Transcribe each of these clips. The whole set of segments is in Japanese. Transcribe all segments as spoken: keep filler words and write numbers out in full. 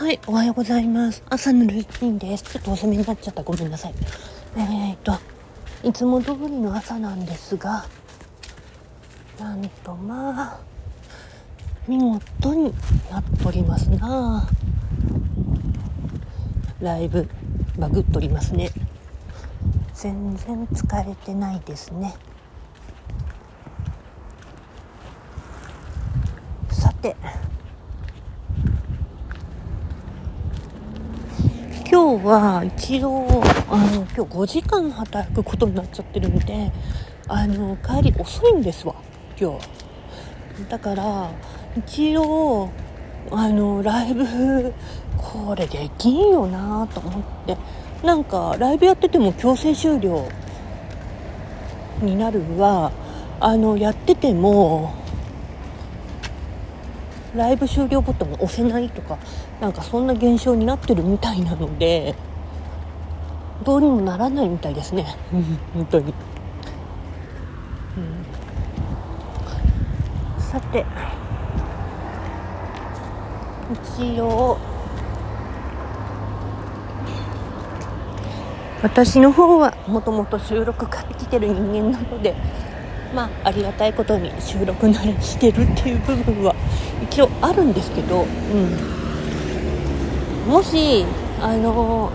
はい、おはようございます。朝のルーティンです。ちょっと遅めになっちゃった。ごめんなさい。えーと、いつも通りの朝なんですが、なんとまあ、見事になっておりますな。ライブ、バグっておりますね。全然疲れてないですね。さて、今日は一応あの今日ごじかん働くことになっちゃってるんで、あの帰り遅いんですわ今日。だから一応あのライブこれできんよなと思って、なんかライブやってても強制終了になるはあのやっててもライブ終了ボタンを押せないとか、なんかそんな現象になってるみたいなので、どうにもならないみたいですね本当に、うん、さて一応私の方はもともと収録から来てる人間なので、まあありがたいことに収録慣れしてるっていう部分は一応あるんですけど、うん、もしあの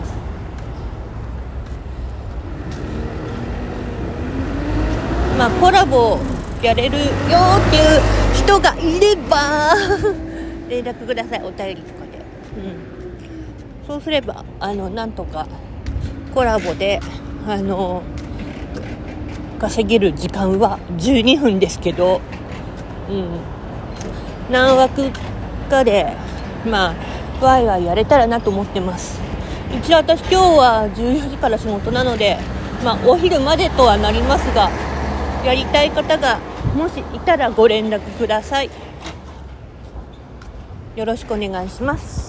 まあコラボやれるよっていう人がいれば連絡ください、お便りとかで、うん、そうすればあのなんとかコラボであの稼げる時間はじゅうにふんですけど、うん、何枠かでまあワイワイやれたらなと思ってます。一応私今日はじゅうよじから仕事なので、まあお昼までとはなりますが、やりたい方がもしいたらご連絡ください。よろしくお願いします。